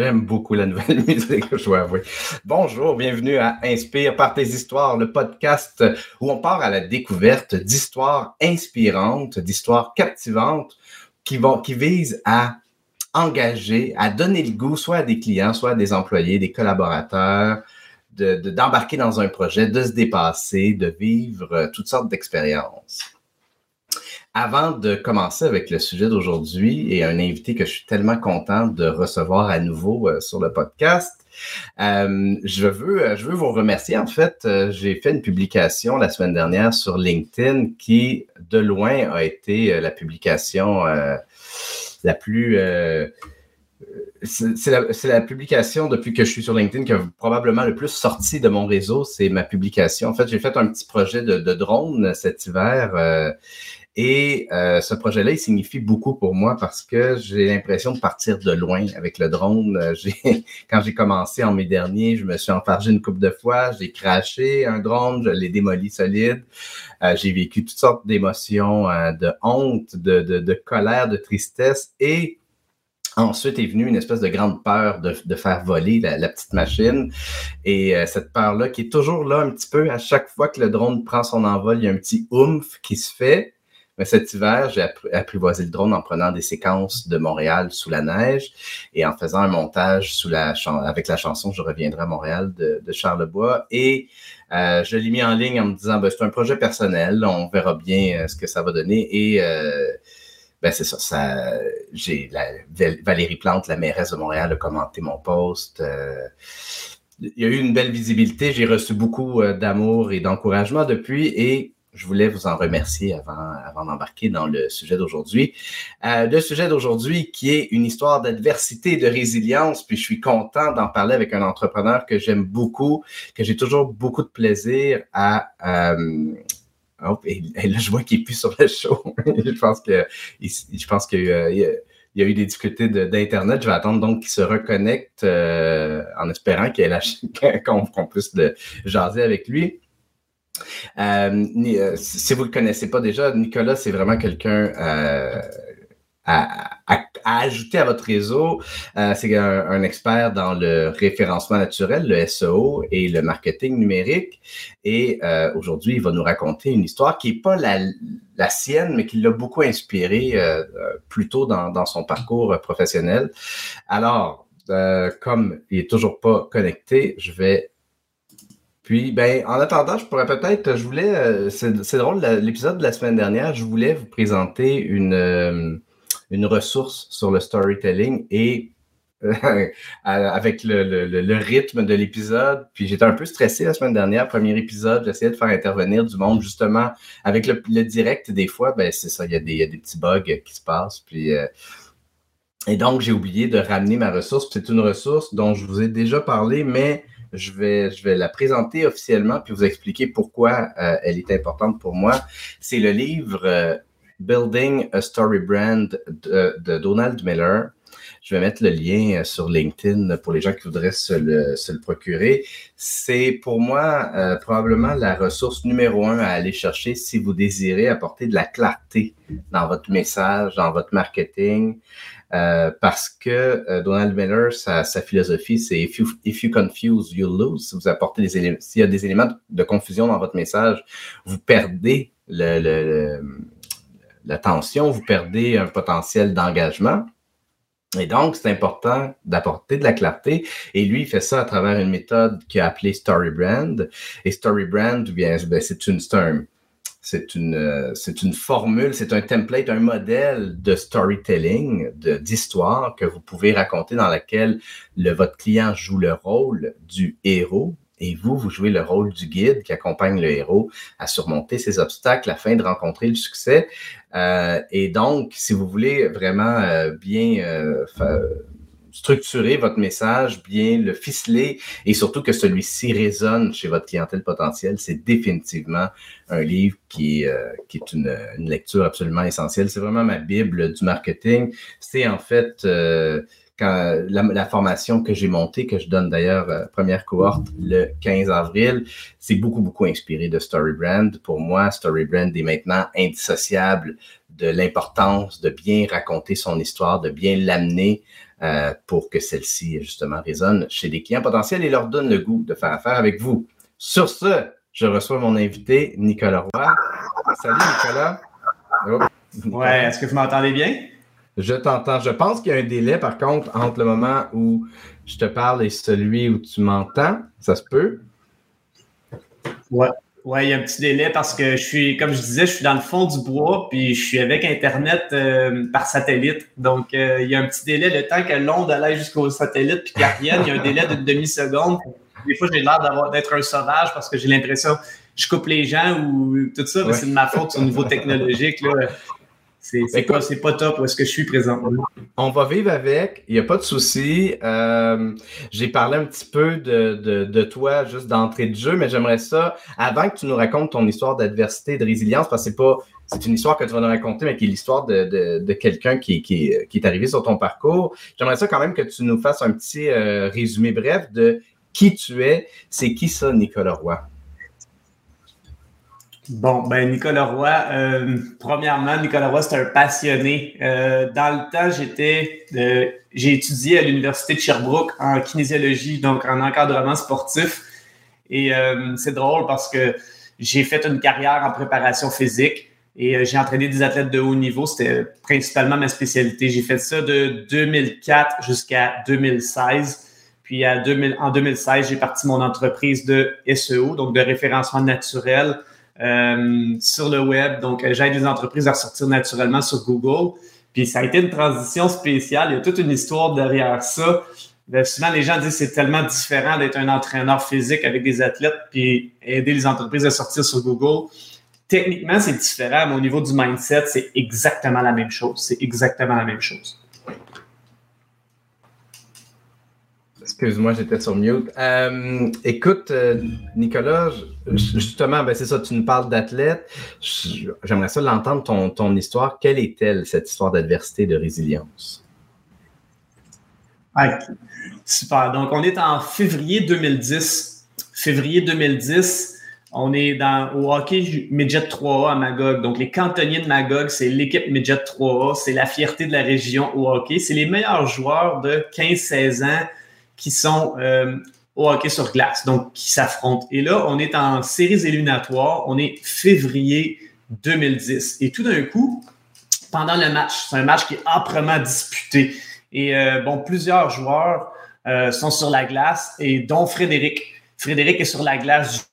J'aime beaucoup la nouvelle musique, je dois avouer. Bonjour, bienvenue à Inspire par tes histoires, le podcast où on part à la découverte d'histoires inspirantes, d'histoires captivantes qui visent à engager, à donner le goût soit à des clients, soit à des employés, des collaborateurs, d'embarquer dans un projet, de se dépasser, de vivre toutes sortes d'expériences. Avant de commencer avec le sujet d'aujourd'hui et un invité que je suis tellement content de recevoir à nouveau sur le podcast, je veux vous remercier. En fait, j'ai fait une publication la semaine dernière sur LinkedIn qui, de loin, a été la publication la plus... c'est la publication depuis que je suis sur LinkedIn qui a probablement le plus sorti de mon réseau. C'est ma publication. En fait, j'ai fait un petit projet de drone cet hiver et ce projet-là, il signifie beaucoup pour moi parce que j'ai l'impression de partir de loin avec le drone. Quand j'ai commencé en mai dernier, je me suis enfargé une couple de fois, j'ai crashé un drone, je l'ai démoli solide. J'ai vécu toutes sortes d'émotions, de honte, de colère, de tristesse et ensuite est venue une espèce de grande peur de faire voler la petite machine. Et cette peur-là qui est toujours là un petit peu, à chaque fois que le drone prend son envol, il y a un petit oomph qui se fait. Mais cet hiver, j'ai apprivoisé le drone en prenant des séquences de Montréal sous la neige et en faisant un montage avec la chanson « Je reviendrai à Montréal » de Charlebois. Et je l'ai mis en ligne en me disant c'est un projet personnel, on verra bien ce que ça va donner. Et c'est ça, Valérie Plante, la mairesse de Montréal, a commenté mon post. Il y a eu une belle visibilité, j'ai reçu beaucoup d'amour et d'encouragement depuis et je voulais vous en remercier avant d'embarquer dans le sujet d'aujourd'hui. Le sujet d'aujourd'hui qui est une histoire d'adversité et de résilience, puis je suis content d'en parler avec un entrepreneur que j'aime beaucoup, que j'ai toujours beaucoup de plaisir à... et là, je vois qu'il n'est plus sur le show. je pense qu'il y a eu des difficultés d'Internet. Je vais attendre donc qu'il se reconnecte en espérant qu'on puisse jaser avec lui. Si vous le connaissez pas déjà, Nicolas, c'est vraiment quelqu'un à ajouter à votre réseau. C'est un expert dans le référencement naturel, le SEO et le marketing numérique. Et aujourd'hui, il va nous raconter une histoire qui n'est pas la sienne, mais qui l'a beaucoup inspiré plus tôt dans son parcours professionnel. Alors, comme il est toujours pas connecté, je vais... Puis, en attendant, c'est drôle, l'épisode de la semaine dernière, je voulais vous présenter une ressource sur le storytelling et avec le rythme de l'épisode. Puis, j'étais un peu stressé la semaine dernière, premier épisode, j'essayais de faire intervenir du monde, justement, avec le direct, des fois, c'est ça, il y a des petits bugs qui se passent, puis... Et donc, j'ai oublié de ramener ma ressource. C'est une ressource dont je vous ai déjà parlé, mais je vais la présenter officiellement puis vous expliquer pourquoi elle est importante pour moi. C'est le livre Building a Story Brand de Donald Miller. Je vais mettre le lien sur LinkedIn pour les gens qui voudraient se le procurer. C'est pour moi probablement la ressource numéro 1 à aller chercher si vous désirez apporter de la clarté dans votre message, dans votre marketing. Parce que Donald Miller, sa philosophie, c'est if you confuse, you lose. Si vous apportez s'il y a des éléments de confusion dans votre message, vous perdez l'attention, vous perdez un potentiel d'engagement. Et donc, c'est important d'apporter de la clarté. Et lui, il fait ça à travers une méthode qu'il a appelée Story Brand. Et Story Brand, c'est une formule, c'est un template, un modèle de storytelling, d'histoire que vous pouvez raconter dans laquelle votre client joue le rôle du héros et vous jouez le rôle du guide qui accompagne le héros à surmonter ses obstacles afin de rencontrer le succès. Et donc, si vous voulez vraiment bien structurer votre message, bien le ficeler et surtout que celui-ci résonne chez votre clientèle potentielle, c'est définitivement un livre qui est une lecture absolument essentielle. C'est vraiment ma bible du marketing. C'est en fait quand la formation que j'ai montée, que je donne d'ailleurs première cohorte le 15 avril, c'est beaucoup inspiré de StoryBrand. Pour moi, StoryBrand est maintenant indissociable de l'importance de bien raconter son histoire, de bien l'amener pour que celle-ci, justement, résonne chez des clients potentiels et leur donne le goût de faire affaire avec vous. Sur ce, je reçois mon invité, Nicolas Roy. Salut, Nicolas. Oh. Ouais, est-ce que vous m'entendez bien? Je t'entends. Je pense qu'il y a un délai, par contre, entre le moment où je te parle et celui où tu m'entends. Ça se peut? Ouais, il y a un petit délai parce que comme je disais, je suis dans le fond du bois, puis je suis avec Internet par satellite. Donc, il y a un petit délai, le temps que l'onde aille jusqu'au satellite puis qu'elle revienne, il y a un délai d'une demi-seconde. Des fois, j'ai l'air d'être un sauvage parce que j'ai l'impression que je coupe les gens ou tout ça, mais c'est de ma faute au niveau technologique, là. C'est pas top où est-ce que je suis présentement. On va vivre avec, il n'y a pas de souci. J'ai parlé un petit peu de toi juste d'entrée de jeu, mais j'aimerais ça, avant que tu nous racontes ton histoire d'adversité, de résilience, parce que c'est une histoire que tu vas nous raconter, mais qui est l'histoire de quelqu'un qui est arrivé sur ton parcours. J'aimerais ça quand même que tu nous fasses un petit résumé bref de qui tu es. C'est qui ça, Nicolas Roy? Bon, ben Nicolas Roy, premièrement, Nicolas Roy, c'est un passionné. Dans le temps, j'ai étudié à l'Université de Sherbrooke en kinésiologie, donc en encadrement sportif. Et c'est drôle parce que j'ai fait une carrière en préparation physique et j'ai entraîné des athlètes de haut niveau. C'était principalement ma spécialité. J'ai fait ça de 2004 jusqu'à 2016. Puis en 2016, j'ai parti mon entreprise de SEO, donc de référencement naturel. Sur le web, donc j'aide les entreprises à ressortir naturellement sur Google. Puis ça a été une transition spéciale. Il y a toute une histoire derrière ça. Souvent, les gens disent que c'est tellement différent d'être un entraîneur physique avec des athlètes puis aider les entreprises à sortir sur Google. Techniquement, c'est différent, mais au niveau du mindset, c'est exactement la même chose. C'est exactement la même chose. Excuse-moi, j'étais sur mute. Écoute, Nicolas, justement, c'est ça, tu nous parles d'athlète. J'aimerais ça l'entendre, ton histoire. Quelle est-elle, cette histoire d'adversité, de résilience? Okay. Super. Donc, on est en février 2010. Février 2010, on est au hockey Midget 3A à Magog. Donc, les cantonniers de Magog, c'est l'équipe Midget 3A. C'est la fierté de la région au hockey. C'est les meilleurs joueurs de 15-16 ans qui sont au hockey sur glace, donc qui s'affrontent. Et là, on est en séries éliminatoires, on est février 2010. Et tout d'un coup, pendant le match, c'est un match qui est âprement disputé. Et plusieurs joueurs sont sur la glace, et dont Frédéric. Frédéric est sur la glace,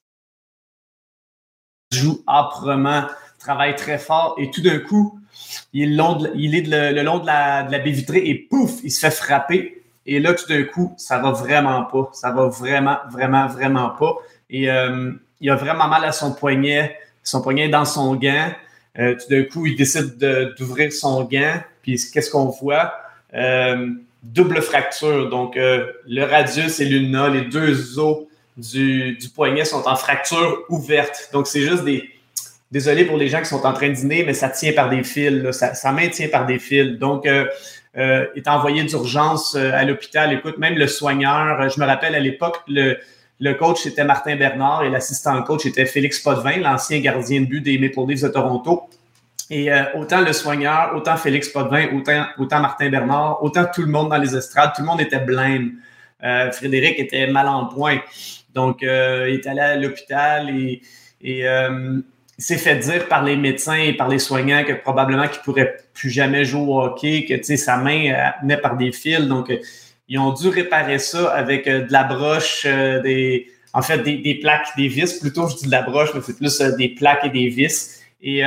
joue âprement, travaille très fort, et tout d'un coup, il est le long de la baie vitrée, et pouf, il se fait frapper. Et là, tout d'un coup, ça va vraiment pas. Ça va vraiment, vraiment, vraiment pas. Et il a vraiment mal à son poignet. Son poignet est dans son gant. Tout d'un coup, il décide d'ouvrir son gant. Puis, qu'est-ce qu'on voit? Double fracture. Donc, le radius et l'ulna, les deux os du poignet sont en fracture ouverte. Donc, c'est juste désolé pour les gens qui sont en train de dîner, mais ça tient par des fils. Là. Ça maintient par des fils. Donc, est envoyé d'urgence à l'hôpital. Écoute, même le soigneur, je me rappelle à l'époque, le coach était Martin Bernard et l'assistant coach était Félix Potvin, l'ancien gardien de but des Maple Leafs de Toronto. Et autant le soigneur, autant Félix Potvin, autant Martin Bernard, autant tout le monde dans les estrades, tout le monde était blême. Frédéric était mal en point. Donc, il est allé à l'hôpital et il s'est fait dire par les médecins et par les soignants que probablement qu'il ne pourrait plus jamais jouer au hockey, que sa main tenait par des fils. Donc, ils ont dû réparer ça avec de la broche, des plaques, des vis. Plutôt, je dis de la broche, mais c'est plus des plaques et des vis. Et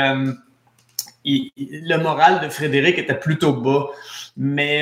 le moral de Frédéric était plutôt bas. Mais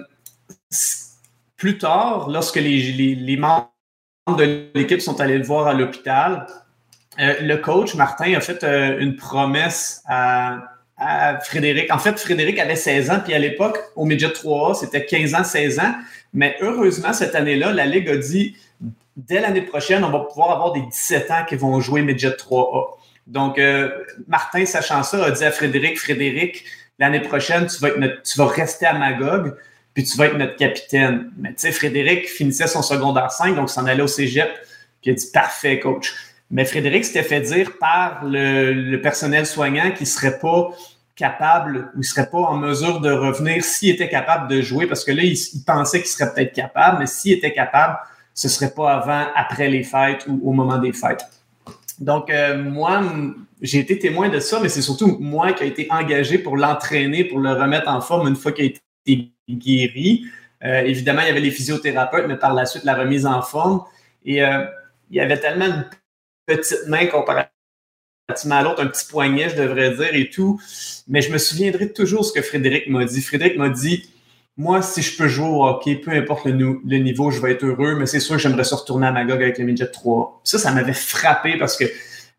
plus tard, lorsque les membres de l'équipe sont allés le voir à l'hôpital, le coach, Martin, a fait une promesse à Frédéric. En fait, Frédéric avait 16 ans, puis à l'époque, au Midget 3A, c'était 15 ans, 16 ans. Mais heureusement, cette année-là, la Ligue a dit, dès l'année prochaine, on va pouvoir avoir des 17 ans qui vont jouer Midget 3A. Donc, Martin, sachant ça, a dit à Frédéric, l'année prochaine, tu vas rester à Magog, puis tu vas être notre capitaine. Mais tu sais, Frédéric finissait son secondaire 5, donc s'en allait au cégep, puis il a dit, parfait, coach. Mais Frédéric s'était fait dire par le personnel soignant qu'il ne serait pas capable, ou il serait pas en mesure de revenir s'il était capable de jouer, parce que là, il pensait qu'il serait peut-être capable, mais s'il était capable, ce serait pas avant, après les fêtes ou au moment des fêtes. Donc, moi, j'ai été témoin de ça, mais c'est surtout moi qui ai été engagé pour l'entraîner, pour le remettre en forme une fois qu'il a été guéri. Évidemment, il y avait les physiothérapeutes, mais par la suite, la remise en forme. Et il y avait tellement une petite main comparativement à l'autre, un petit poignet, je devrais dire, et tout. Mais je me souviendrai toujours ce que Frédéric m'a dit. Frédéric m'a dit, moi, si je peux jouer au hockey, peu importe le niveau, je vais être heureux, mais c'est sûr que j'aimerais se retourner à Magog avec le Midget 3. Ça m'avait frappé parce que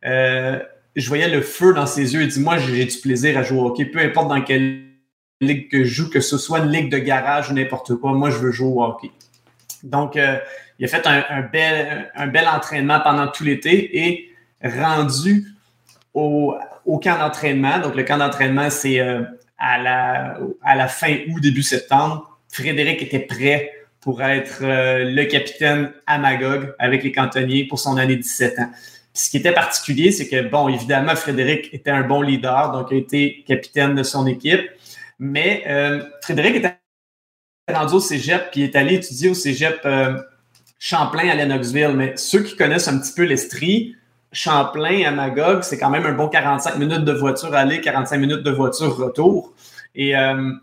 je voyais le feu dans ses yeux. Il dit, moi, j'ai du plaisir à jouer au hockey, peu importe dans quelle ligue que je joue, que ce soit une ligue de garage ou n'importe quoi, moi, je veux jouer au hockey. Donc, il a fait un bel entraînement pendant tout l'été et rendu au camp d'entraînement. Donc, le camp d'entraînement, c'est à la fin août, début septembre. Frédéric était prêt pour être le capitaine à Magog avec les cantonniers pour son année 17 ans. Puis, ce qui était particulier, c'est que, bon, évidemment, Frédéric était un bon leader, donc il a été capitaine de son équipe. Mais Frédéric était rendu au cégep, puis il est allé étudier au cégep Champlain à Lennoxville. Mais ceux qui connaissent un petit peu l'Estrie, Champlain à Magog, c'est quand même un bon 45 minutes de voiture aller, 45 minutes de voiture retour. Et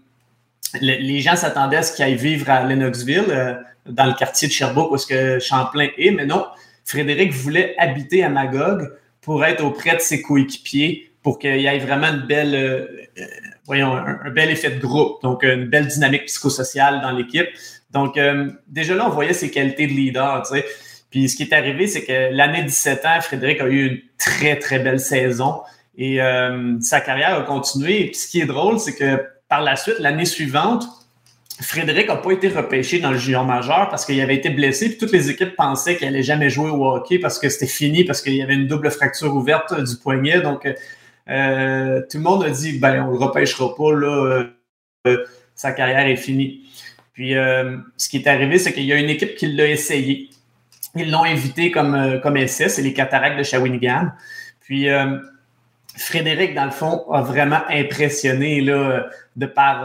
les gens s'attendaient à ce qu'ils aillent vivre à Lennoxville, dans le quartier de Sherbrooke où est-ce que Champlain est. Mais non, Frédéric voulait habiter à Magog pour être auprès de ses coéquipiers, pour qu'il y ait vraiment une belle, un bel effet de groupe, donc une belle dynamique psychosociale dans l'équipe. Donc, déjà là, on voyait ses qualités de leader, tu sais. Puis ce qui est arrivé, c'est que l'année 17 ans, Frédéric a eu une très, très belle saison et sa carrière a continué. Et puis ce qui est drôle, c'est que par la suite, l'année suivante, Frédéric n'a pas été repêché dans le junior majeur parce qu'il avait été blessé. Puis toutes les équipes pensaient qu'il n'allait jamais jouer au hockey parce que c'était fini, parce qu'il y avait une double fracture ouverte du poignet. Donc, tout le monde a dit, ben, on le repêchera pas, là, sa carrière est finie. Puis ce qui est arrivé, c'est qu'il y a une équipe qui l'a essayé. Ils l'ont invité comme essai, c'est les Cataractes de Shawinigan. Puis Frédéric, dans le fond, a vraiment impressionné là, de par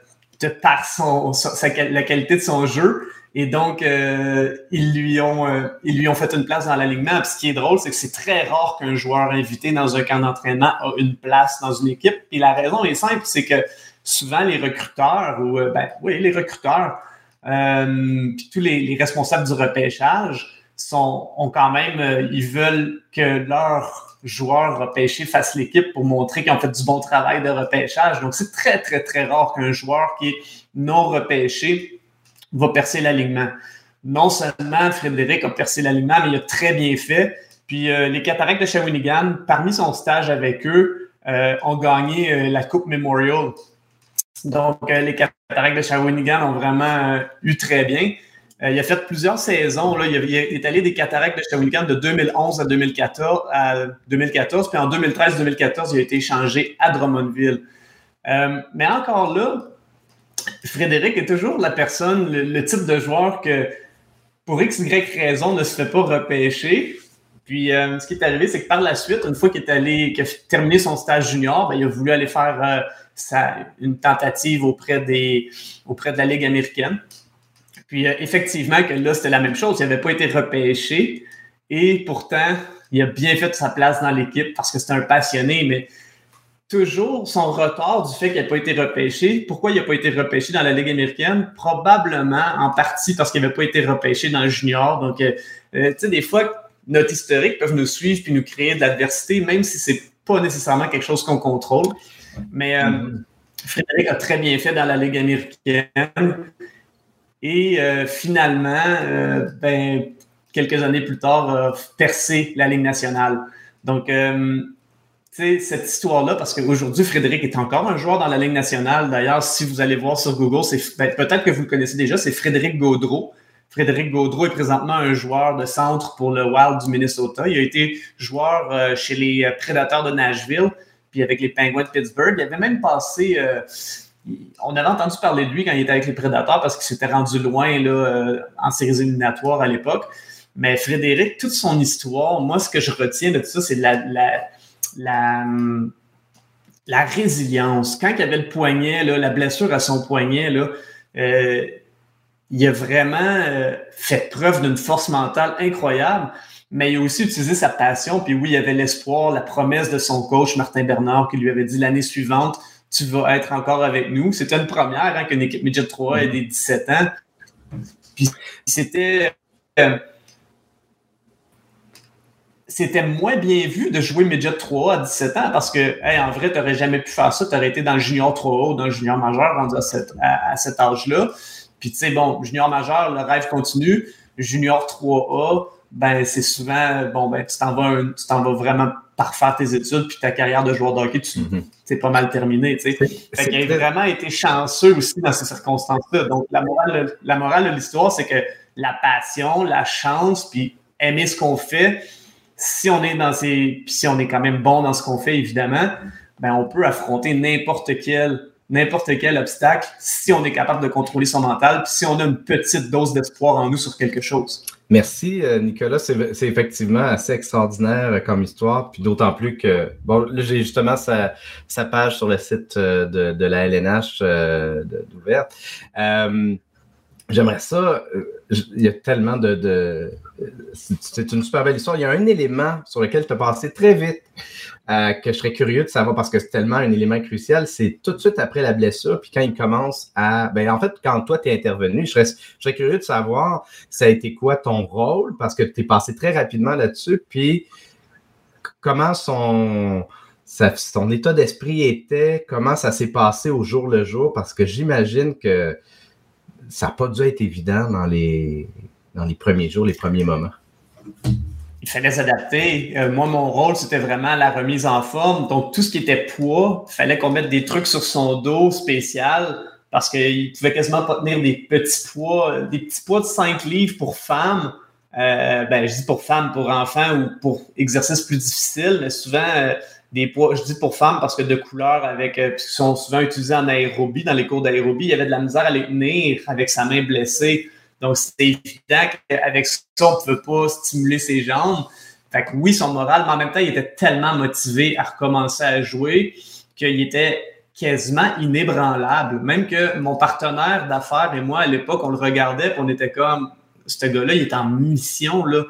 la qualité de son jeu. Et donc, ils lui ont fait une place dans l'alignement. Puis ce qui est drôle, c'est que c'est très rare qu'un joueur invité dans un camp d'entraînement a une place dans une équipe. Puis la raison est simple, c'est que souvent les recruteurs, les recruteurs, puis tous les responsables du repêchage ont quand même, ils veulent que leurs joueurs repêchés fassent l'équipe pour montrer qu'ils ont fait du bon travail de repêchage. Donc, c'est très, très, très rare qu'un joueur qui est non repêché va percer l'alignement. Non seulement Frédéric a percé l'alignement, mais il a très bien fait. Puis, les Cataractes de Shawinigan, parmi son stage avec eux, ont gagné la Coupe Memorial. Donc, les Cataractes de Shawinigan ont vraiment eu très bien. Il a fait plusieurs saisons. Là. Il est allé des Cataractes de Shawinigan de 2011 à 2014. Puis en 2013-2014, il a été échangé à Drummondville. Mais encore là, Frédéric est toujours la personne, le type de joueur que, pour X, Y raison, ne se fait pas repêcher. Puis, ce qui est arrivé, c'est que par la suite, une fois qu'il a terminé son stage junior, ben, il a voulu aller faire une tentative auprès de la Ligue américaine. Puis, effectivement, que là, c'était la même chose. Il n'avait pas été repêché et pourtant, il a bien fait sa place dans l'équipe parce que c'est un passionné, mais toujours son retard du fait qu'il n'a pas été repêché. Pourquoi il n'a pas été repêché dans la Ligue américaine? Probablement en partie parce qu'il n'avait pas été repêché dans le junior. Donc, tu sais, des fois, notre historique peuvent nous suivre puis nous créer de l'adversité, même si c'est pas nécessairement quelque chose qu'on contrôle. Mais Frédéric a très bien fait dans la Ligue américaine. Et finalement, quelques années plus tard, a percé la Ligue nationale. Donc, tu sais, cette histoire-là, parce qu'aujourd'hui, Frédéric est encore un joueur dans la Ligue nationale. D'ailleurs, si vous allez voir sur Google, peut-être que vous le connaissez déjà, c'est Frédéric Gaudreau. Frédéric Gaudreau est présentement un joueur de centre pour le Wild du Minnesota. Il a été joueur chez les Prédateurs de Nashville, puis avec les Penguins de Pittsburgh. Il avait même passé... on avait entendu parler de lui quand il était avec les Prédateurs parce qu'il s'était rendu loin là, en séries éliminatoires à l'époque. Mais Frédéric, toute son histoire, moi, ce que je retiens de tout ça, c'est la la résilience. Quand il avait le poignet, là, la blessure à son poignet, là, il a vraiment fait preuve d'une force mentale incroyable, mais il a aussi utilisé sa passion. Puis oui, il y avait l'espoir, la promesse de son coach, Martin Bernard, qui lui avait dit l'année suivante, tu vas être encore avec nous. C'était une première, hein, qu'une équipe Midget 3 ait des 17 ans. Puis c'était moins bien vu de jouer Midget 3A à 17 ans parce que, en vrai, tu n'aurais jamais pu faire ça. Tu aurais été dans le junior 3A ou dans le junior majeur rendu à cet âge-là. Puis, tu sais, bon, junior majeur, le rêve continue. Junior 3A, ben, c'est souvent, tu t'en vas vraiment parfaire tes études, puis ta carrière de joueur de hockey, c'est pas mal terminé, tu sais. Fait qu'il a vraiment été chanceux aussi dans ces circonstances-là. Donc, la morale de l'histoire, c'est que la passion, la chance, puis aimer ce qu'on fait, si on est quand même bon dans ce qu'on fait, évidemment, ben, on peut affronter n'importe quel obstacle si on est capable de contrôler son mental, puis si on a une petite dose d'espoir en nous sur quelque chose. Merci, Nicolas. C'est effectivement assez extraordinaire comme histoire, puis d'autant plus que, bon, là, j'ai justement sa page sur le site de la LNH d'ouverte. J'aimerais ça. Il y a tellement c'est une super belle histoire. Il y a un élément sur lequel tu as passé très vite que je serais curieux de savoir parce que c'est tellement un élément crucial. C'est tout de suite après la blessure. Puis quand il commence en fait, quand toi, tu es intervenu, je serais curieux de savoir ça a été quoi ton rôle parce que tu es passé très rapidement là-dessus. Puis comment son état d'esprit était, comment ça s'est passé au jour le jour parce que j'imagine que ça n'a pas dû être évident dans les premiers jours, les premiers moments. Il fallait s'adapter. Moi, mon rôle, c'était vraiment la remise en forme. Donc, tout ce qui était poids, il fallait qu'on mette des trucs sur son dos spécial parce qu'il ne pouvait quasiment pas tenir des petits poids de 5 livres pour femmes. Je dis pour femmes, pour enfants ou pour exercices plus difficiles, mais souvent des poids, je dis pour femmes parce que de couleur qui sont souvent utilisés en aérobie, dans les cours d'aérobie, il y avait de la misère à les tenir avec sa main blessée. Donc, c'était évident qu'avec ça, on ne pouvait pas stimuler ses jambes. Fait que oui, son moral, mais en même temps, il était tellement motivé à recommencer à jouer qu'il était quasiment inébranlable. Même que mon partenaire d'affaires et moi, à l'époque, on le regardait et on était comme, ce gars-là, il est en mission, là.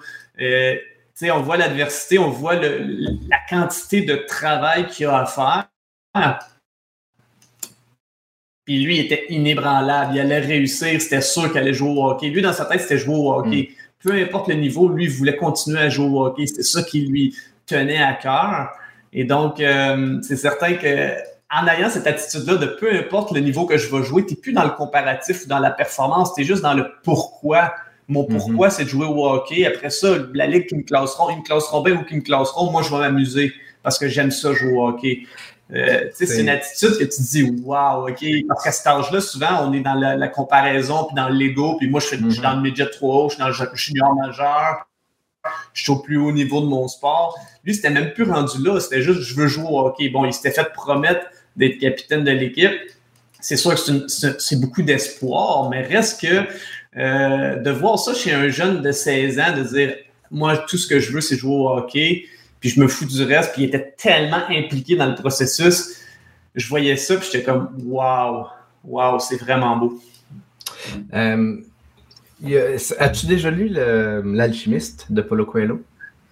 On voit l'adversité, on voit la quantité de travail qu'il a à faire. Puis lui, il était inébranlable. Il allait réussir. C'était sûr qu'il allait jouer au hockey. Lui, dans sa tête, c'était jouer au hockey. Peu importe le niveau, lui, il voulait continuer à jouer au hockey. C'était ça qui lui tenait à cœur. Et donc, c'est certain qu'en ayant cette attitude-là de peu importe le niveau que je vais jouer, tu n'es plus dans le comparatif ou dans la performance. Tu es juste dans le pourquoi. Mon pourquoi, c'est de jouer au hockey. Après ça, la ligue qui me classeront, ils me classeront bien ou qu'ils me classeront, moi, je vais m'amuser parce que j'aime ça jouer au hockey. C'est une attitude que tu te dis « wow, OK ». Parce qu'à cet âge-là, souvent, on est dans la comparaison puis dans l'ego. Puis moi, je suis dans le midget 3A, je suis dans le junior majeur, je suis au plus haut niveau de mon sport. Lui, c'était même plus rendu là. C'était juste « je veux jouer au hockey ». Bon, il s'était fait promettre d'être capitaine de l'équipe. C'est sûr que c'est beaucoup d'espoir, mais reste que de voir ça chez un jeune de 16 ans, de dire « moi, tout ce que je veux, c'est jouer au hockey ». Puis je me fous du reste, puis il était tellement impliqué dans le processus. Je voyais ça, puis j'étais comme « wow, c'est vraiment beau ». As-tu déjà lu L'Alchimiste de Paulo Coelho?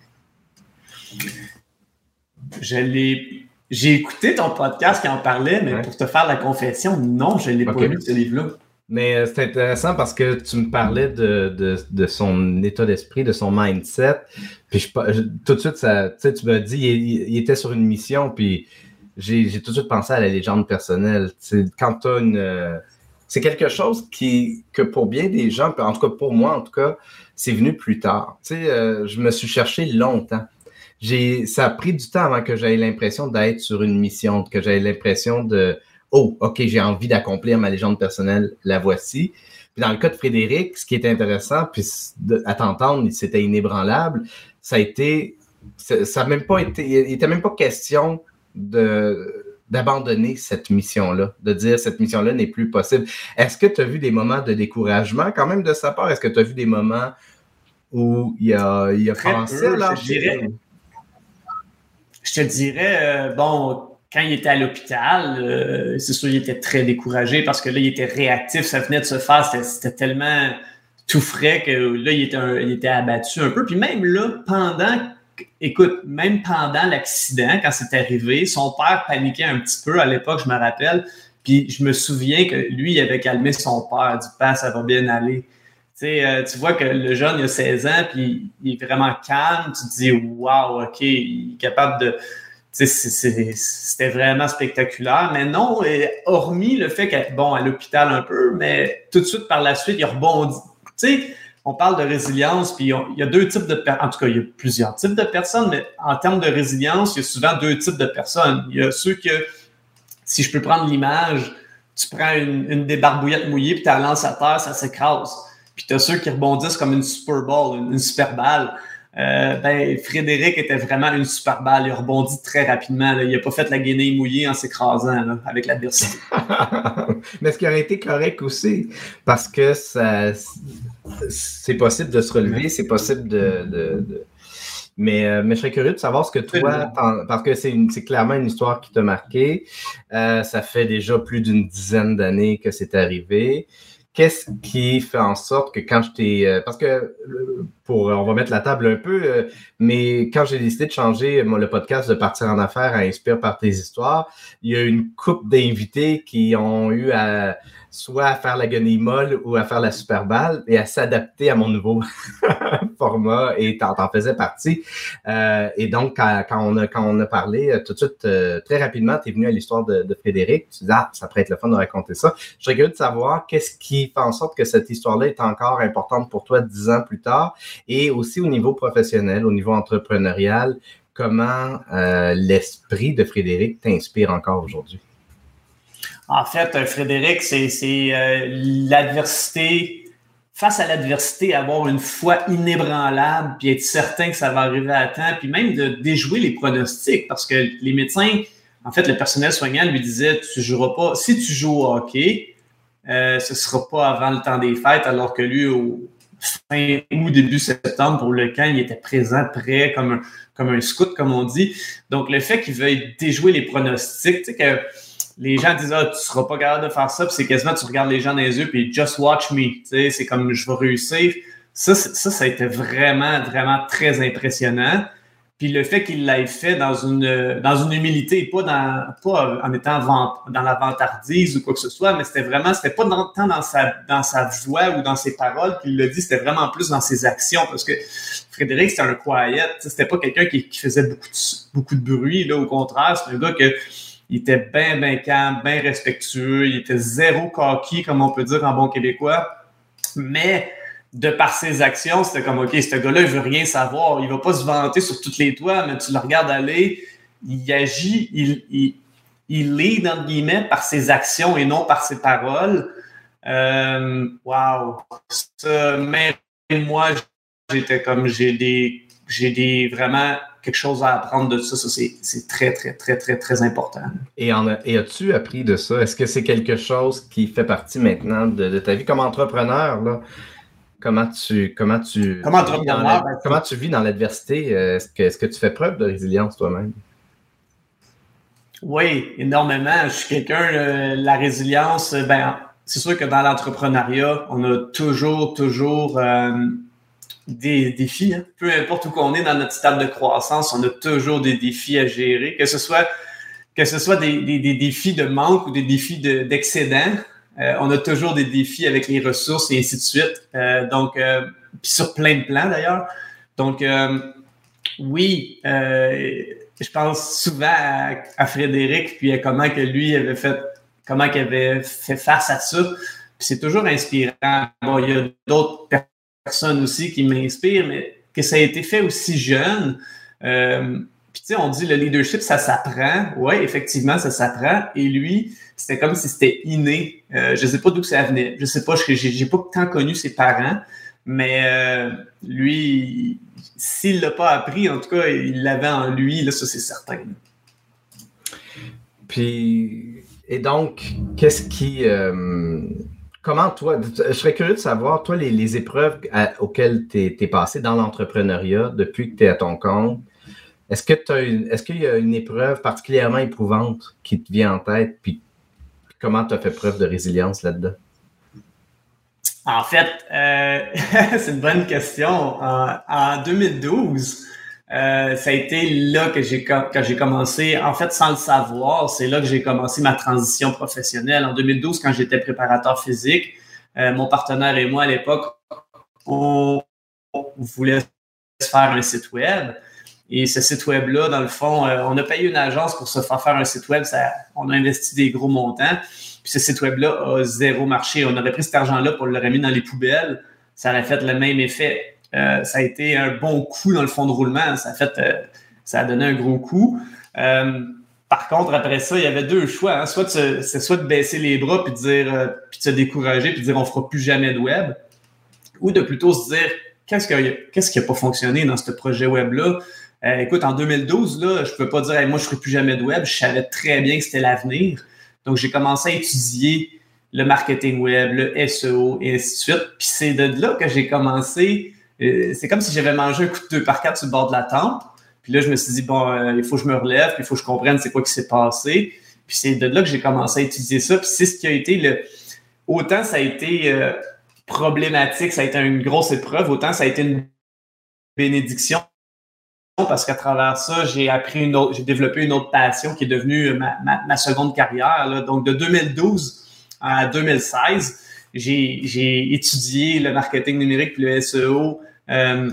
J'ai écouté ton podcast qui en parlait, mais pour te faire la confession, non, je ne l'ai pas lu, ce livre-là. Mais c'est intéressant parce que tu me parlais de son état d'esprit, de son mindset. Puis tout de suite, tu m'as dit il était sur une mission, puis j'ai tout de suite pensé à la légende personnelle. Quand tu as c'est quelque chose que pour bien des gens, en tout cas pour moi, en tout cas, c'est venu plus tard. Je me suis cherché longtemps. Ça a pris du temps avant que j'aie l'impression d'être sur une mission, que j'aie l'impression de oh, OK, j'ai envie d'accomplir ma légende personnelle, la voici. Puis dans le cas de Frédéric, ce qui est intéressant, puis à t'entendre, c'était inébranlable, ça n'a même pas été, il n'était même pas question d'abandonner cette mission-là, de dire cette mission-là n'est plus possible. Est-ce que tu as vu des moments de découragement quand même de sa part? Est-ce que tu as vu des moments où il a pensé à lâcher? Je te dirais, quand il était à l'hôpital, c'est sûr, il était très découragé parce que là, il était réactif, ça venait de se faire, c'était tellement tout frais que là, il était abattu un peu. Puis même là, même pendant l'accident, quand c'est arrivé, son père paniquait un petit peu à l'époque, je me rappelle. Puis je me souviens que lui, il avait calmé son père, il a dit « Père, ça va bien aller ». Tu vois que le jeune, il a 16 ans, puis il est vraiment calme. Tu te dis « Wow, OK, il est capable de… » C'était vraiment spectaculaire. Mais non, hormis le fait qu'à l'hôpital un peu, mais tout de suite par la suite, il rebondit. On parle de résilience, puis il y a deux types de personnes. En tout cas, il y a plusieurs types de personnes, mais en termes de résilience, il y a souvent deux types de personnes. Il y a ceux que, si je peux prendre l'image, tu prends une débarbouillette mouillée, puis tu la lances à terre, ça s'écrase. Puis tu as ceux qui rebondissent comme une super ball, une super balle. Frédéric était vraiment une super balle. Il a rebondi très rapidement. Là. Il n'a pas fait la guenille mouillée en s'écrasant là, avec l'adversité. Mais ce qui aurait été correct aussi, parce que c'est possible de se relever, c'est possible Mais je serais curieux de savoir ce que toi, parce que c'est clairement une histoire qui t'a marqué. Ça fait déjà plus d'une dizaine d'années que c'est arrivé. Qu'est-ce qui fait en sorte que quand je t'ai… parce que, on va mettre la table un peu, mais quand j'ai décidé de changer le podcast de Partir en affaires à Inspire par tes histoires, il y a une couple d'invités qui ont eu soit à faire la guenille molle ou à faire la super balle et à s'adapter à mon nouveau format et t'en faisais partie. Et donc, quand on a parlé, tout de suite, très rapidement, tu es venu à l'histoire de Frédéric. Tu dis, ça pourrait être le fun de raconter ça. Je serais curieux de savoir qu'est-ce qui fait en sorte que cette histoire-là est encore importante pour toi 10 ans plus tard et aussi au niveau professionnel, au niveau entrepreneurial, comment l'esprit de Frédéric t'inspire encore aujourd'hui? En fait, Frédéric, c'est l'adversité, face à l'adversité, avoir une foi inébranlable, puis être certain que ça va arriver à temps, puis même de déjouer les pronostics, parce que les médecins, en fait, le personnel soignant lui disait, tu joueras pas, si tu joues au hockey, ce sera pas avant le temps des fêtes, alors que lui, au fin août, début septembre, pour le camp, il était présent, prêt, comme un scout, comme on dit. Donc, le fait qu'il veuille déjouer les pronostics, tu sais que les gens disent « Ah, tu seras pas capable de faire ça », puis c'est quasiment, tu regardes les gens dans les yeux, puis « Just watch me », tu sais, c'est comme « Je vais réussir ». Ça a été vraiment, vraiment très impressionnant. Puis le fait qu'il l'ait fait dans une humilité, pas en étant dans la vantardise ou quoi que ce soit, mais c'était pas tant dans sa voix ou dans ses paroles qu'il l'a dit, c'était vraiment plus dans ses actions, parce que Frédéric, c'était un quiet, c'était pas quelqu'un qui faisait beaucoup de bruit, là, au contraire, c'est un gars il était bien calme, bien respectueux, il était zéro cocky, comme on peut dire en bon québécois, mais de par ses actions, c'était comme, OK, ce gars-là, il veut rien savoir, il va pas se vanter sur toutes les toits, mais tu le regardes aller, il agit, il lead, entre guillemets, par ses actions et non par ses paroles. Wow! Ça, même moi, j'étais comme, j'ai vraiment quelque chose à apprendre de ça. Ça, c'est très, très, très, très, très important. Et as-tu appris de ça? Est-ce que c'est quelque chose qui fait partie maintenant de ta vie comme entrepreneur, là? Comment tu vis dans l'adversité? Est-ce que tu fais preuve de résilience toi-même? Oui, énormément. Je suis quelqu'un, la résilience, c'est sûr que dans l'entrepreneuriat, on a toujours des défis. Hein. Peu importe où qu'on est dans notre stade de croissance, on a toujours des défis à gérer, que ce soit des défis de manque ou des défis d'excédent. On a toujours des défis avec les ressources et ainsi de suite. Puis sur plein de plans d'ailleurs. Donc, oui, je pense souvent à Frédéric puis à comment que lui avait fait face à ça. Puis c'est toujours inspirant. Bon, il y a d'autres personnes aussi qui m'inspirent, mais que ça a été fait aussi jeune. Puis tu sais, on dit le leadership, ça s'apprend. Oui, effectivement, ça s'apprend. Et lui, c'était comme si c'était inné. Je ne sais pas d'où ça venait. Je ne sais pas, j'ai pas tant connu ses parents, mais lui, s'il ne l'a pas appris, en tout cas, il l'avait en lui, là, ça c'est certain. Puis, et donc, qu'est-ce qui… comment toi… Je serais curieux de savoir, toi, les épreuves auxquelles tu es passé dans l'entrepreneuriat depuis que tu es à ton compte, Est-ce qu'il y a une épreuve particulièrement éprouvante qui te vient en tête, puis comment tu as fait preuve de résilience là-dedans? En fait, c'est une bonne question. En 2012, ça a été là que j'ai commencé, en fait, sans le savoir, c'est là que j'ai commencé ma transition professionnelle. En 2012, quand j'étais préparateur physique, mon partenaire et moi, à l'époque, on voulait se faire un site web. Et ce site web-là, dans le fond, on a payé une agence pour se faire un site web. On a investi des gros montants. Puis ce site web-là a zéro marché. On aurait pris cet argent-là pour l'aurait mis dans les poubelles. Ça aurait fait le même effet. Ça a été un bon coup dans le fond de roulement. Ça a donné un gros coup. Par contre, après ça, il y avait deux choix. Hein. Soit de baisser les bras puis de dire, puis de se décourager puis de dire on fera plus jamais de web, ou de plutôt se dire qu'est-ce qui a pas fonctionné dans ce projet web-là. Écoute, en 2012, là, je peux pas dire moi je ferai plus jamais de web. Je savais très bien que c'était l'avenir. Donc, j'ai commencé à étudier le marketing web, le SEO et ainsi de suite. Puis c'est de là que j'ai commencé. C'est comme si j'avais mangé un coup de 2x4 sur le bord de la tente. Puis là, je me suis dit, bon, il faut que je me relève, puis il faut que je comprenne c'est quoi qui s'est passé. Puis c'est de là que j'ai commencé à étudier ça. Puis c'est ce qui a été autant ça a été problématique, ça a été une grosse épreuve, autant ça a été une bénédiction. Parce qu'à travers ça, j'ai développé une autre passion qui est devenue ma seconde carrière. Là. Donc, de 2012 à 2016, j'ai étudié le marketing numérique puis le SEO on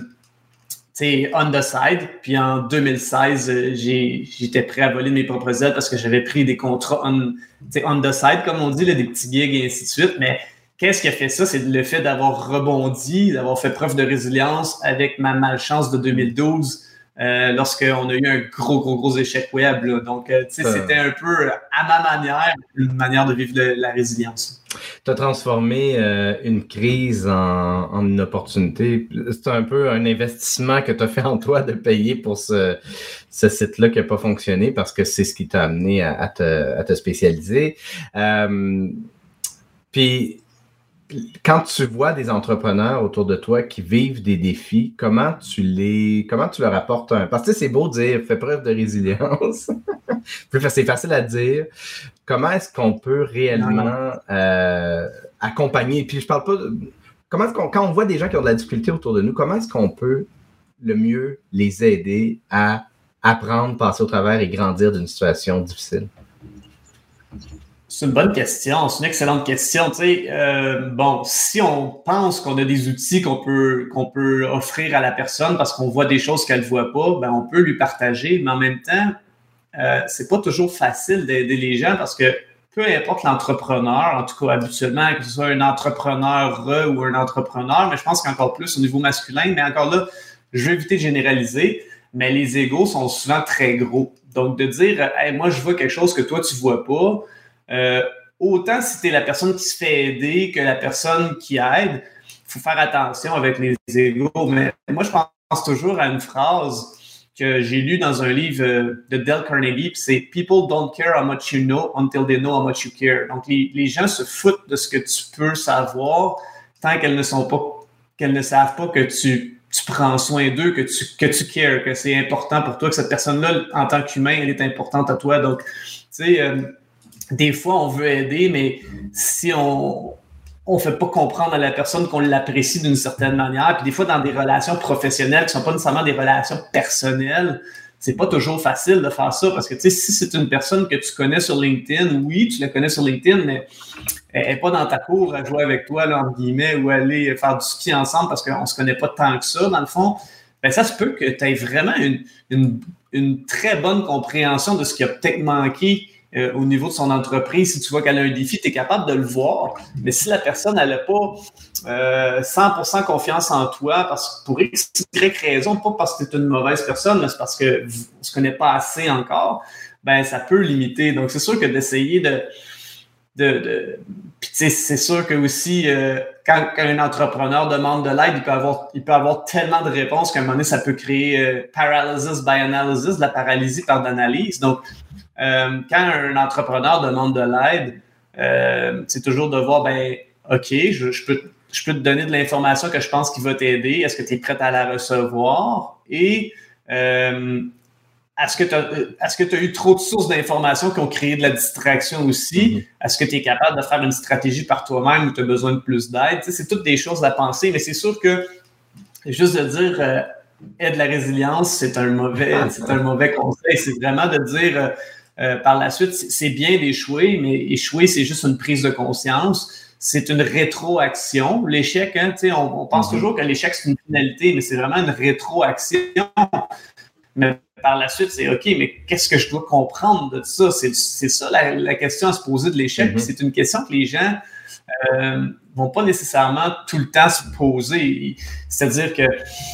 the side. Puis en 2016, j'étais prêt à voler mes propres ailes parce que j'avais pris des contrats on the side, comme on dit, là, des petits gigs et ainsi de suite. Mais qu'est-ce qui a fait ça? C'est le fait d'avoir rebondi, d'avoir fait preuve de résilience avec ma malchance de 2012. Lorsqu'on a eu un gros échec web. Là. Donc, c'était un peu, à ma manière, une manière de vivre la résilience. Tu as transformé une crise en une opportunité. C'est un peu un investissement que tu as fait en toi de payer pour ce site-là qui n'a pas fonctionné parce que c'est ce qui t'a amené à te spécialiser. Puis, quand tu vois des entrepreneurs autour de toi qui vivent des défis, comment tu leur apportes parce que c'est beau de dire fais preuve de résilience. C'est facile à dire. Comment est-ce qu'on peut réellement accompagner? Puis je parle pas quand on voit des gens qui ont de la difficulté autour de nous, comment est-ce qu'on peut le mieux les aider à apprendre, passer au travers et grandir d'une situation difficile? C'est une bonne question, c'est une excellente question. Bon, si on pense qu'on a des outils qu'on peut offrir à la personne parce qu'on voit des choses qu'elle ne voit pas, ben on peut lui partager, mais en même temps, c'est pas toujours facile d'aider les gens parce que peu importe l'entrepreneur, en tout cas habituellement, que ce soit un entrepreneur ou un entrepreneur, mais je pense qu'encore plus au niveau masculin, mais encore là, je vais éviter de généraliser, mais les égos sont souvent très gros. Donc, de dire hey, moi, je vois quelque chose que toi, tu vois pas. Autant si tu es la personne qui se fait aider que la personne qui aide, il faut faire attention avec les égos. Mais moi, je pense toujours à une phrase que j'ai lue dans un livre de Dale Carnegie, puis c'est « People don't care how much you know until they know how much you care ». Donc, les gens se foutent de ce que tu peux savoir tant qu'elles ne savent pas que tu prends soin d'eux, que tu cares, que c'est important pour toi, que cette personne-là, en tant qu'humain, elle est importante à toi. Donc, tu sais... des fois, on veut aider, mais si on fait pas comprendre à la personne qu'on l'apprécie d'une certaine manière, puis des fois, dans des relations professionnelles qui sont pas nécessairement des relations personnelles, c'est pas toujours facile de faire ça parce que, tu sais, si c'est une personne que tu connais sur LinkedIn, oui, tu la connais sur LinkedIn, mais elle n'est pas dans ta cour à jouer avec toi, là, entre guillemets, ou aller faire du ski ensemble parce qu'on se connaît pas tant que ça, dans le fond, ben ça se peut que tu aies vraiment une très bonne compréhension de ce qui a peut-être manqué au niveau de son entreprise. Si tu vois qu'elle a un défi, tu es capable de le voir. Mais si la personne n'a pas 100% confiance en toi, parce que pour X, Y raison, pas parce que tu es une mauvaise personne, mais c'est parce qu'on ne se connaît pas assez encore, ben ça peut limiter. Donc, c'est sûr que d'essayer Puis, tu sais, c'est sûr que aussi, quand un entrepreneur demande de l'aide, il peut avoir tellement de réponses qu'à un moment donné, ça peut créer paralysis by analysis, la paralysie par l'analyse. Donc, quand un entrepreneur demande de l'aide, c'est toujours de voir, ben, OK, je peux te donner de l'information que je pense qui va t'aider. Est-ce que tu es prête à la recevoir? Et est-ce que tu as eu trop de sources d'informations qui ont créé de la distraction aussi? Est-ce que tu es capable de faire une stratégie par toi-même ou tu as besoin de plus d'aide? Tu sais, c'est toutes des choses à penser, mais c'est sûr que juste de dire aie de la résilience, c'est un mauvais conseil. C'est vraiment de dire par la suite, c'est bien d'échouer, mais échouer, c'est juste une prise de conscience. C'est une rétroaction. L'échec, hein, on pense toujours que l'échec, c'est une finalité, mais c'est vraiment une rétroaction. Mais par la suite, c'est OK, mais qu'est-ce que je dois comprendre de ça? C'est ça la question à se poser de l'échec. Puis c'est une question que les gens vont pas nécessairement tout le temps se poser. C'est-à-dire que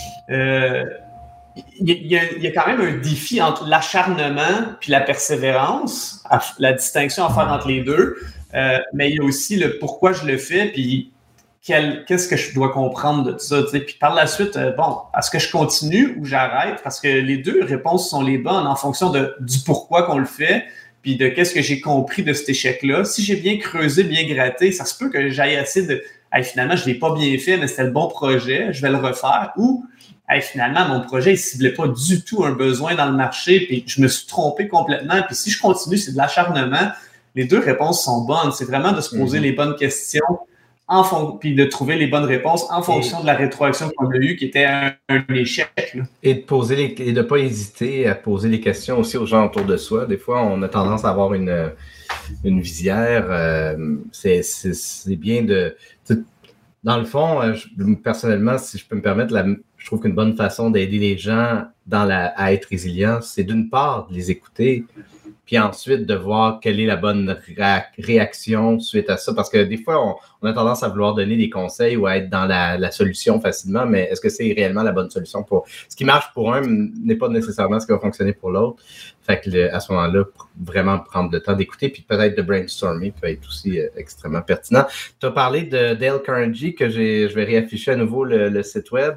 il y a quand même un défi entre l'acharnement puis la persévérance, la distinction à faire entre les deux. Mais il y a aussi le pourquoi je le fais, puis qu'est-ce que je dois comprendre de ça. T'sais. Puis par la suite, est-ce que je continue ou j'arrête? Parce que les deux réponses sont les bonnes en fonction du pourquoi qu'on le fait, puis de qu'est-ce que j'ai compris de cet échec-là. Si j'ai bien creusé, bien gratté, ça se peut que j'aille assez de hey, finalement, je ne l'ai pas bien fait, mais c'était le bon projet, je vais le refaire. Ou hey, finalement, mon projet ne ciblait pas du tout un besoin dans le marché, puis je me suis trompé complètement. Puis si je continue, c'est de l'acharnement. Les deux réponses sont bonnes. C'est vraiment de se poser les bonnes questions puis de trouver les bonnes réponses en fonction de la rétroaction qu'on a eue, qui était un échec. Là. Et de ne pas hésiter à poser les questions aussi aux gens autour de soi. Des fois, on a tendance à avoir une visière. C'est bien de... Dans le fond, personnellement, si je peux me permettre, je trouve qu'une bonne façon d'aider les gens à être résilients, c'est d'une part de les écouter, puis ensuite de voir quelle est la bonne réaction suite à ça. Parce que des fois, on a tendance à vouloir donner des conseils ou à être dans la solution facilement, mais est-ce que c'est réellement la bonne solution pour... Ce qui marche pour un n'est pas nécessairement ce qui va fonctionner pour l'autre. Fait que à ce moment-là, vraiment prendre le temps d'écouter, puis peut-être de brainstormer peut être aussi extrêmement pertinent. Tu as parlé de Dale Carnegie, que je vais réafficher à nouveau le site web.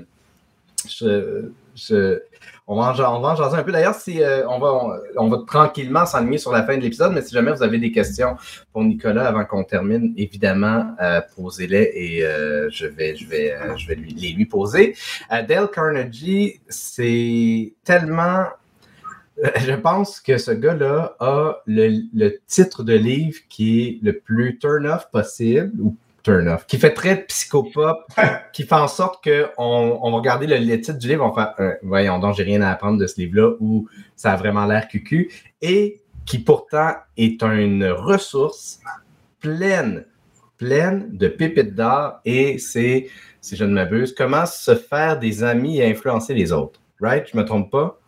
On va en jaser un peu. D'ailleurs, si on va tranquillement s'enligner sur la fin de l'épisode, mais si jamais vous avez des questions pour Nicolas avant qu'on termine, évidemment, posez-les et je vais lui poser. Dale Carnegie, c'est tellement... Je pense que ce gars-là a le titre de livre qui est le plus turn-off possible, ou turn-off, qui fait très psychopop, qui fait en sorte qu'on va regarder le titre du livre, on va faire voyons donc, j'ai rien à apprendre de ce livre-là, ou ça a vraiment l'air cucu, et qui pourtant est une ressource pleine de pépites d'or, et c'est, si je ne m'abuse, comment se faire des amis et influencer les autres. Right? Je me trompe pas?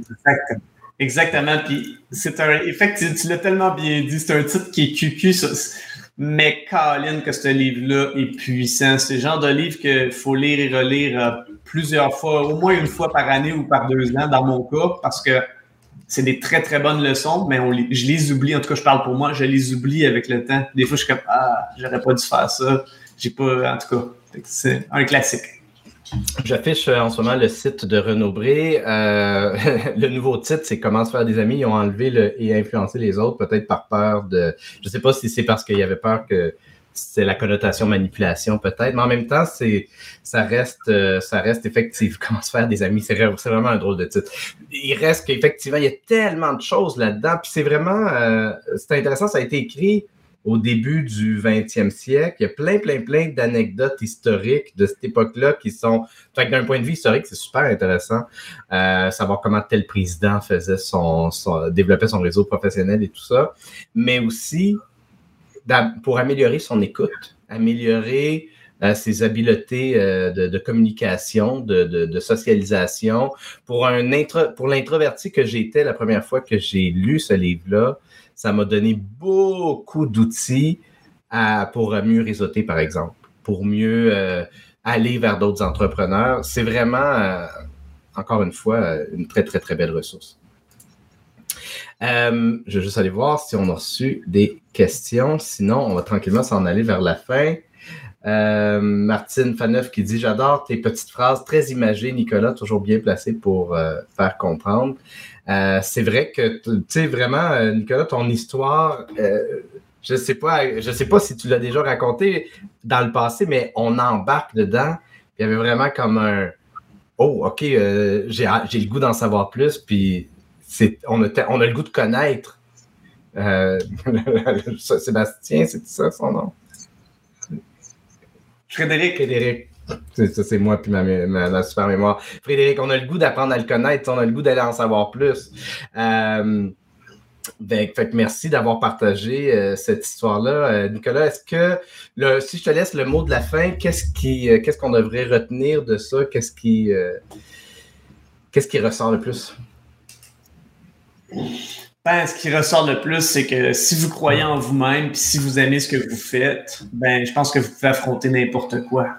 Exactement. Puis effectivement, tu l'as tellement bien dit, c'est un titre qui est cucu, mais Colin, que ce livre-là est puissant. C'est le genre de livre qu'il faut lire et relire plusieurs fois, au moins une fois par année ou par 2 ans, dans mon cas, parce que c'est des très, très bonnes leçons, mais je les oublie. En tout cas, je parle pour moi, je les oublie avec le temps. Des fois, je suis comme, j'aurais pas dû faire ça. J'ai pas, en tout cas, c'est un classique. J'affiche en ce moment le site de Renaud Bré. Le nouveau titre, c'est « Comment se faire des amis ». Ils ont enlevé et influencé les autres, peut-être par peur de... Je ne sais pas si c'est parce qu'il y avait peur que c'est la connotation manipulation, peut-être. Mais en même temps, ça reste effectivement « Comment se faire des amis ». C'est vraiment un drôle de titre. Il reste qu'effectivement, il y a tellement de choses là-dedans. Puis c'est vraiment... c'est intéressant, ça a été écrit au début du 20e siècle. Il y a plein d'anecdotes historiques de cette époque-là qui sont... Fait que d'un point de vue historique, c'est super intéressant. Savoir comment tel président faisait développait son réseau professionnel et tout ça. Mais aussi, pour améliorer son écoute, améliorer ses habiletés de communication, de socialisation. Pour l'introverti que j'étais la première fois que j'ai lu ce livre-là, ça m'a donné beaucoup d'outils pour mieux réseauter, par exemple, pour mieux aller vers d'autres entrepreneurs. C'est vraiment, encore une fois, une très, très, très belle ressource. Je vais juste aller voir si on a reçu des questions. Sinon, on va tranquillement s'en aller vers la fin. Martine Faneuf qui dit « J'adore tes petites phrases très imagées, Nicolas, toujours bien placé pour faire comprendre. » C'est vrai que, tu sais, vraiment, Nicolas, ton histoire, je sais pas si tu l'as déjà raconté dans le passé, mais on embarque dedans. Il y avait vraiment comme un « Oh, OK, j'ai le goût d'en savoir plus. » Puis on a le goût de connaître Sébastien, c'est ça son nom? Frédéric. C'est moi puis ma super mémoire. Frédéric, on a le goût d'apprendre à le connaître, on a le goût d'aller en savoir plus. Fait que merci d'avoir partagé cette histoire-là. Nicolas, est-ce que, si je te laisse le mot de la fin, qu'est-ce qu'on devrait retenir de ça? Qu'est-ce qui ressort le plus? Ce qui ressort le plus, c'est que si vous croyez en vous-même, puis si vous aimez ce que vous faites, je pense que vous pouvez affronter n'importe quoi.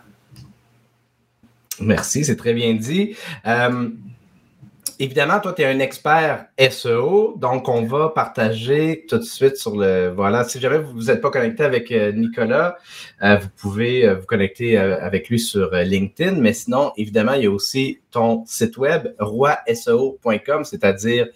Merci, c'est très bien dit. Évidemment, toi, tu es un expert SEO, donc on va partager tout de suite sur voilà, si jamais vous n'êtes pas connecté avec Nicolas, vous pouvez vous connecter avec lui sur LinkedIn, mais sinon, évidemment, il y a aussi ton site web, royseo.com, c'est-à-dire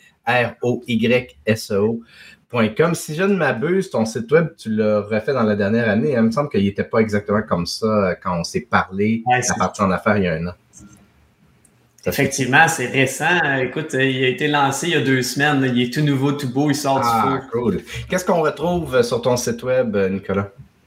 ROYSEO.com. Si je ne m'abuse, ton site web, tu l'as refait dans la dernière année. Il me semble qu'il n'était pas exactement comme ça quand on s'est parlé à partir en affaires il y a un an. Effectivement, c'est récent. Écoute, il a été lancé il y a 2 semaines. Là. Il est tout nouveau, tout beau, il sort du four. Cool. Qu'est-ce qu'on retrouve sur ton site web, Nicolas?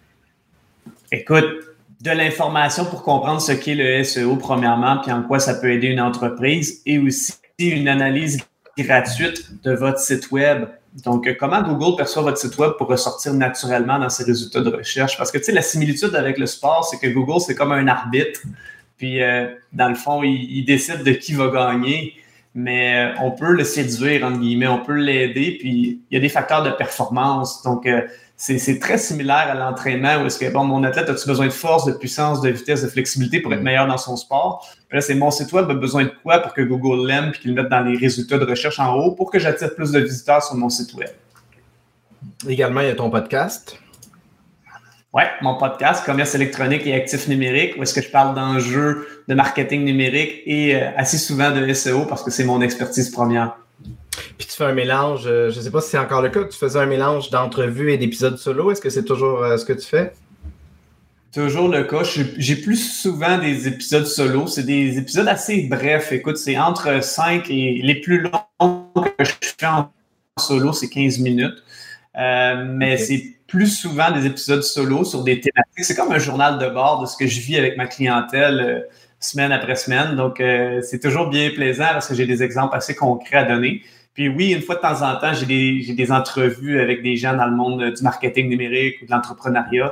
Écoute, de l'information pour comprendre ce qu'est le SEO, premièrement, puis en quoi ça peut aider une entreprise, et aussi une analyse gratuite de votre site web. Donc, comment Google perçoit votre site web pour ressortir naturellement dans ses résultats de recherche? Parce que, tu sais, la similitude avec le sport, c'est que Google, c'est comme un arbitre. Puis, dans le fond, il décide de qui va gagner, mais on peut le séduire, entre guillemets, on peut l'aider, puis il y a des facteurs de performance. Donc, c'est très similaire à l'entraînement où est-ce que, mon athlète, as-tu besoin de force, de puissance, de vitesse, de flexibilité pour être meilleur dans son sport? Puis là, c'est mon site web a besoin de quoi pour que Google l'aime puis qu'il le mette dans les résultats de recherche en haut pour que j'attire plus de visiteurs sur mon site web. Également, il y a ton podcast. Oui, mon podcast, Commerce électronique et actifs numériques, où est-ce que je parle d'enjeux de marketing numérique et assez souvent de SEO parce que c'est mon expertise première. Puis tu fais un mélange, je ne sais pas si c'est encore le cas, tu faisais un mélange d'entrevues et d'épisodes solo. Est-ce que c'est toujours ce que tu fais? Toujours le cas. J'ai plus souvent des épisodes solo. C'est des épisodes assez brefs. Écoute, c'est entre 5 et les plus longs que je fais en solo, c'est 15 minutes. Mais c'est plus souvent des épisodes solo sur des thématiques. C'est comme un journal de bord de ce que je vis avec ma clientèle semaine après semaine. Donc, c'est toujours bien plaisant parce que j'ai des exemples assez concrets à donner. Puis oui, une fois de temps en temps, j'ai des entrevues avec des gens dans le monde du marketing numérique ou de l'entrepreneuriat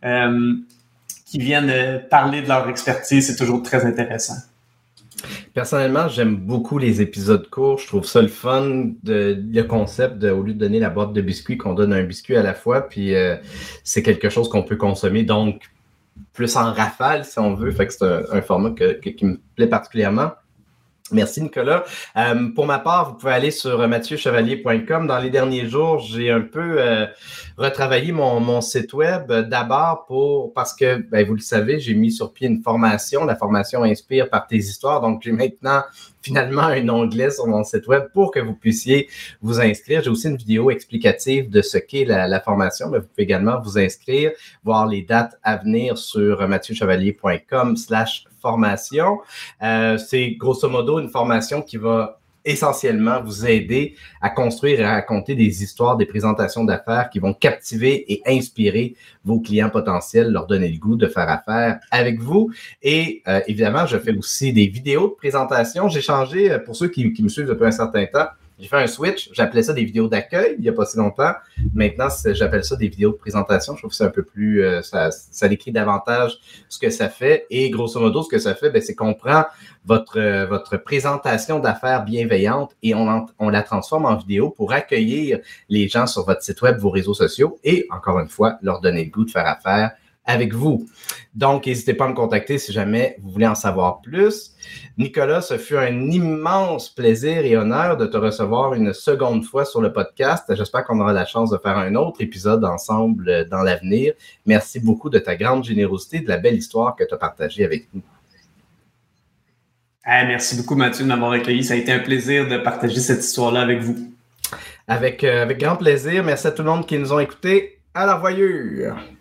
qui viennent parler de leur expertise. C'est toujours très intéressant. Personnellement, j'aime beaucoup les épisodes courts. Je trouve ça le fun, le concept au lieu de donner la boîte de biscuits, qu'on donne un biscuit à la fois. Puis c'est quelque chose qu'on peut consommer, donc plus en rafale, si on veut. Fait que c'est un format qui me plaît particulièrement. Merci, Nicolas. Pour ma part, vous pouvez aller sur mathieuchevalier.com. Dans les derniers jours, j'ai un peu retravaillé mon site web. D'abord parce que, vous le savez, j'ai mis sur pied une formation. La formation Inspire par tes histoires. Donc, j'ai maintenant finalement un onglet sur mon site web pour que vous puissiez vous inscrire. J'ai aussi une vidéo explicative de ce qu'est la formation, mais vous pouvez également vous inscrire, voir les dates à venir sur mathieuchevalier.com/formation. C'est grosso modo une formation qui va essentiellement vous aider à construire et à raconter des histoires, des présentations d'affaires qui vont captiver et inspirer vos clients potentiels, leur donner le goût de faire affaire avec vous. Et évidemment, je fais aussi des vidéos de présentation. J'ai changé, pour ceux qui me suivent depuis un certain temps, j'ai fait un switch. J'appelais ça des vidéos d'accueil il n'y a pas si longtemps. Maintenant, j'appelle ça des vidéos de présentation. Je trouve que c'est un peu plus... ça décrit davantage ce que ça fait. Et grosso modo, ce que ça fait, c'est qu'on prend votre présentation d'affaires bienveillante et on la transforme en vidéo pour accueillir les gens sur votre site web, vos réseaux sociaux et, encore une fois, leur donner le goût de faire affaire avec vous. Donc, n'hésitez pas à me contacter si jamais vous voulez en savoir plus. Nicolas, ce fut un immense plaisir et honneur de te recevoir une seconde fois sur le podcast. J'espère qu'on aura la chance de faire un autre épisode ensemble dans l'avenir. Merci beaucoup de ta grande générosité, de la belle histoire que tu as partagée avec nous. Merci beaucoup, Mathieu, de m'avoir accueilli. Ça a été un plaisir de partager cette histoire-là avec vous. Avec grand plaisir. Merci à tout le monde qui nous ont écoutés. À la revoyure!